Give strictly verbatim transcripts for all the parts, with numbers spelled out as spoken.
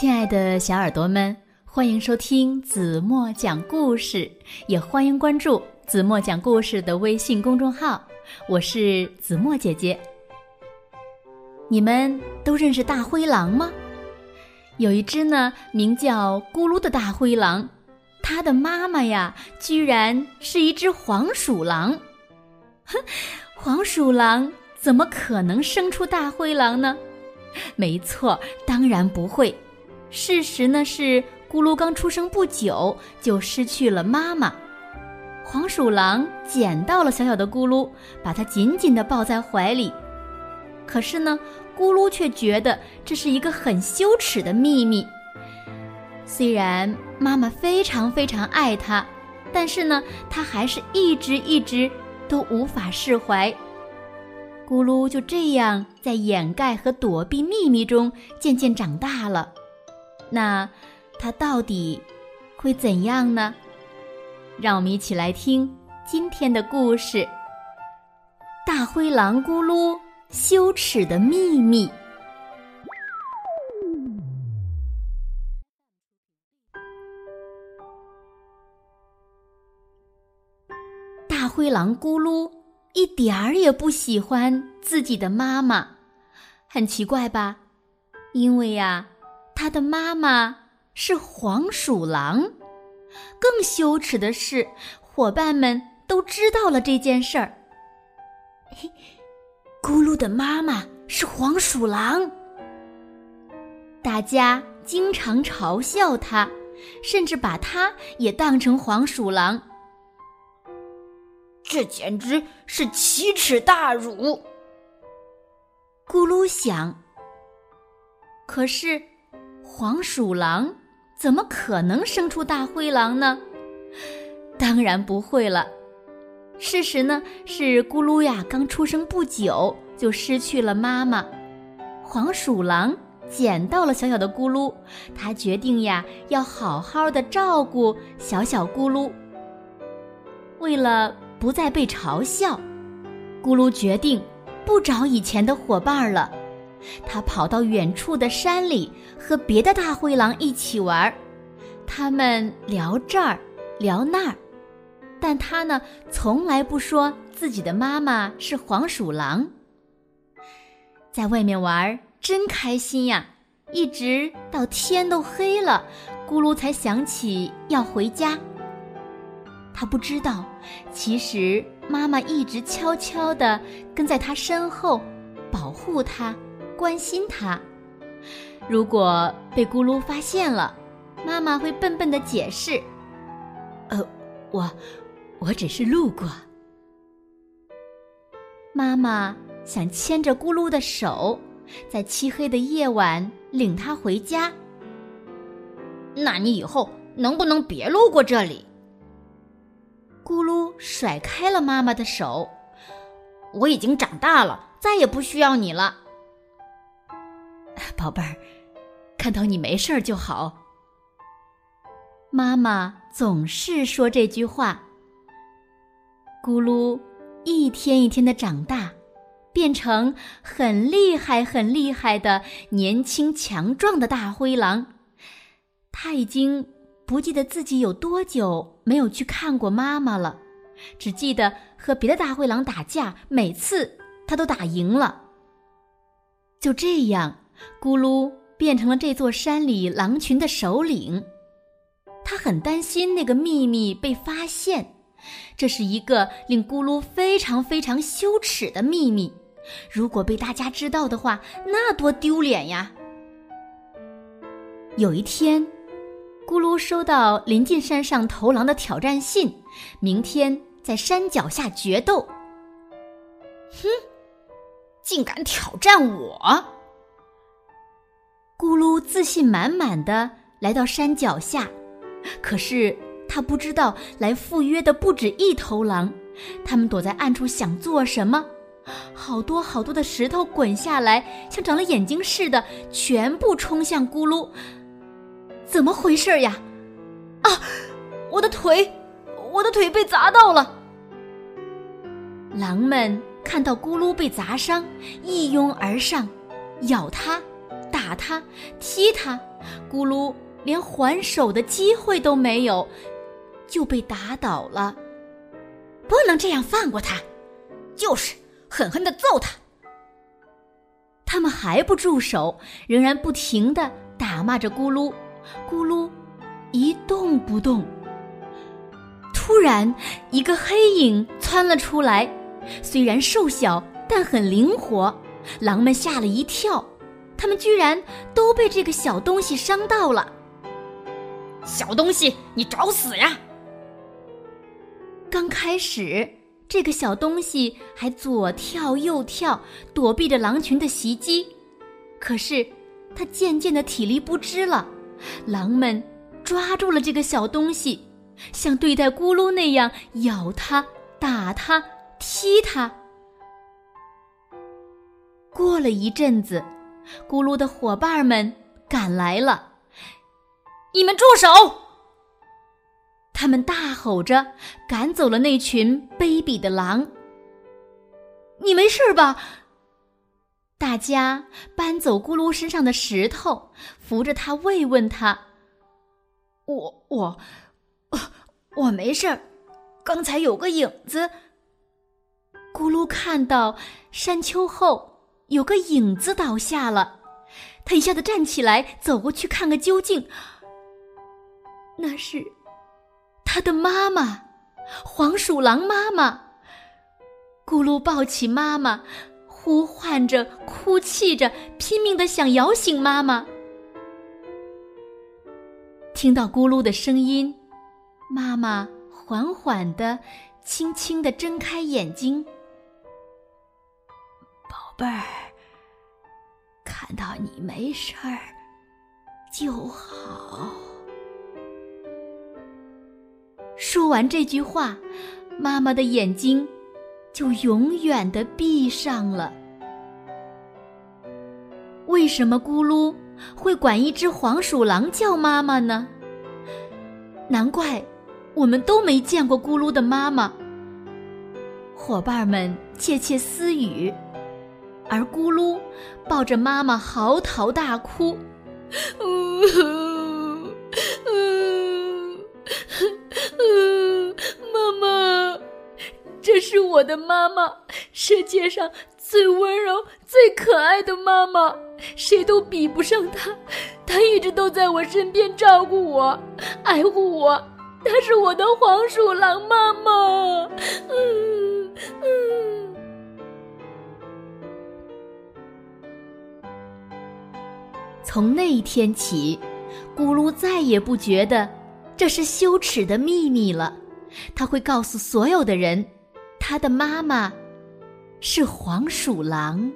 亲爱的小耳朵们，欢迎收听子墨讲故事，也欢迎关注子墨讲故事的微信公众号，我是子墨姐姐。你们都认识大灰狼吗？有一只呢名叫咕噜的大灰狼，它的妈妈呀居然是一只黄鼠狼。哼，黄鼠狼怎么可能生出大灰狼呢？没错，当然不会。事实呢是咕噜刚出生不久就失去了妈妈，黄鼠狼捡到了小小的咕噜，把它紧紧地抱在怀里。可是呢，咕噜却觉得这是一个很羞耻的秘密。虽然妈妈非常非常爱它，但是呢，它还是一直一直都无法释怀。咕噜就这样在掩盖和躲避秘密中渐渐长大了。那它到底会怎样呢？让我们一起来听今天的故事：大灰狼咕噜羞耻的秘密。大灰狼咕噜一点儿也不喜欢自己的妈妈，很奇怪吧？因为呀，他的妈妈是黄鼠狼。更羞耻的是，伙伴们都知道了这件事儿。嘿，咕噜的妈妈是黄鼠狼。大家经常嘲笑他，甚至把他也当成黄鼠狼。 这简直是奇耻大辱， 咕噜想。可是黄鼠狼怎么可能生出大灰狼呢？当然不会了。事实呢是咕噜呀刚出生不久就失去了妈妈，黄鼠狼捡到了小小的咕噜，他决定呀要好好的照顾小小咕噜。为了不再被嘲笑，咕噜决定不找以前的伙伴了。他跑到远处的山里和别的大灰狼一起玩，他们聊这儿聊那儿，但他呢从来不说自己的妈妈是黄鼠狼。在外面玩真开心呀，一直到天都黑了，咕噜才想起要回家。他不知道，其实妈妈一直悄悄地跟在他身后，保护他，关心他。如果被咕噜发现了，妈妈会笨笨地解释：呃，我我只是路过。妈妈想牵着咕噜的手，在漆黑的夜晚领他回家。 那你以后能不能别路过这里？ 咕噜甩开了妈妈的手。 我已经长大了，再也不需要你了。 宝贝儿，看到你没事儿就好。妈妈总是说这句话。咕噜一天一天的长大，变成很厉害很厉害的年轻强壮的大灰狼。他已经不记得自己有多久没有去看过妈妈了，只记得和别的大灰狼打架，每次他都打赢了。就这样，咕噜变成了这座山里狼群的首领。他很担心那个秘密被发现，这是一个令咕噜非常非常羞耻的秘密。如果被大家知道的话，那多丢脸呀！有一天，咕噜收到临近山上头狼的挑战信，明天在山脚下决斗。 哼，竟敢挑战我！ 咕噜自信满满地来到山脚下，可是他不知道来赴约的不止一头狼，他们躲在暗处想做什么。好多好多的石头滚下来，像长了眼睛似的，全部冲向咕噜。怎么回事呀？啊，我的腿，我的腿被砸到了！狼们看到咕噜被砸伤，一拥而上，咬它，打它，踢它， 咕噜连还手的机会都没有，就被打倒了。 不能这样放过他，就是狠狠地揍他。 他们还不住手，仍然不停地打骂着咕噜。咕噜一动不动。突然，一个黑影窜了出来，虽然瘦小，但很灵活。狼们吓了一跳，他们居然都被这个小东西伤到了。 小东西，你找死呀！ 刚开始，这个小东西还左跳右跳，躲避着狼群的袭击。可是，它渐渐的体力不支了。狼们抓住了这个小东西，像对待咕噜那样咬它、打它、踢它。过了一阵子，咕噜的伙伴们赶来了。 你们住手！ 他们大吼着赶走了那群卑鄙的狼。你没事吧？大家搬走咕噜身上的石头，扶着他慰问他。 我我我没事儿，刚才有个影子。 咕噜看到山丘后有个影子倒下了，他一下子站起来，走过去看个究竟。那是他的妈妈，黄鼠狼妈妈。咕噜抱起妈妈，呼唤着，哭泣着，拼命地想摇醒妈妈。听到咕噜的声音，妈妈缓缓地、轻轻地睁开眼睛。宝贝儿，看到你没事儿就好。说完这句话，妈妈的眼睛就永远地闭上了。为什么咕噜会管一只黄鼠狼叫妈妈呢？难怪我们都没见过咕噜的妈妈。伙伴们窃窃私语，而咕噜抱着妈妈嚎啕大哭。妈妈，这是我的妈妈，世界上最温柔、最可爱的妈妈，谁都比不上她。她一直都在我身边照顾我、爱护我，她是我的黄鼠狼妈妈。嗯嗯。从那一天起，咕噜再也不觉得这是羞耻的秘密了。他会告诉所有的人，他的妈妈是黄鼠狼。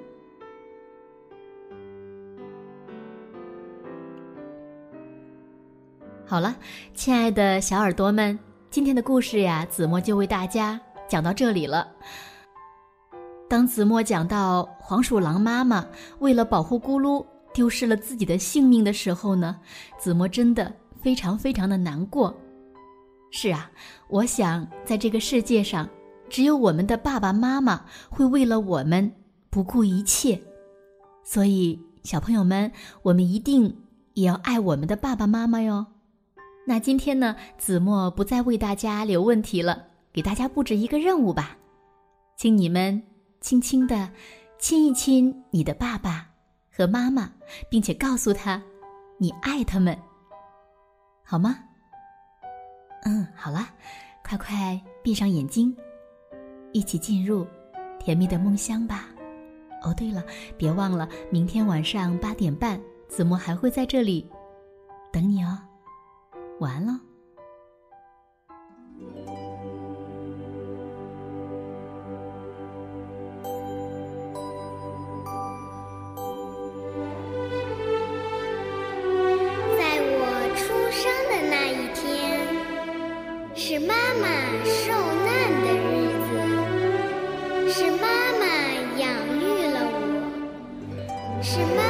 好了，亲爱的小耳朵们，今天的故事呀，子墨就为大家讲到这里了。当子墨讲到黄鼠狼妈妈为了保护咕噜丢失了自己的性命的时候呢，子墨真的非常非常的难过。是啊，我想在这个世界上，只有我们的爸爸妈妈会为了我们不顾一切。所以小朋友们，我们一定也要爱我们的爸爸妈妈哟。那今天呢，子墨不再为大家留问题了，给大家布置一个任务吧。请你们轻轻地亲一亲你的爸爸和妈妈，并且告诉他你爱他们，好吗？嗯，好了，快快闭上眼睛，一起进入甜蜜的梦乡吧。哦，对了，别忘了明天晚上八点半，子墨还会在这里等你哦。晚安喽。 是妈妈受难的日子，是妈妈养育了我，是妈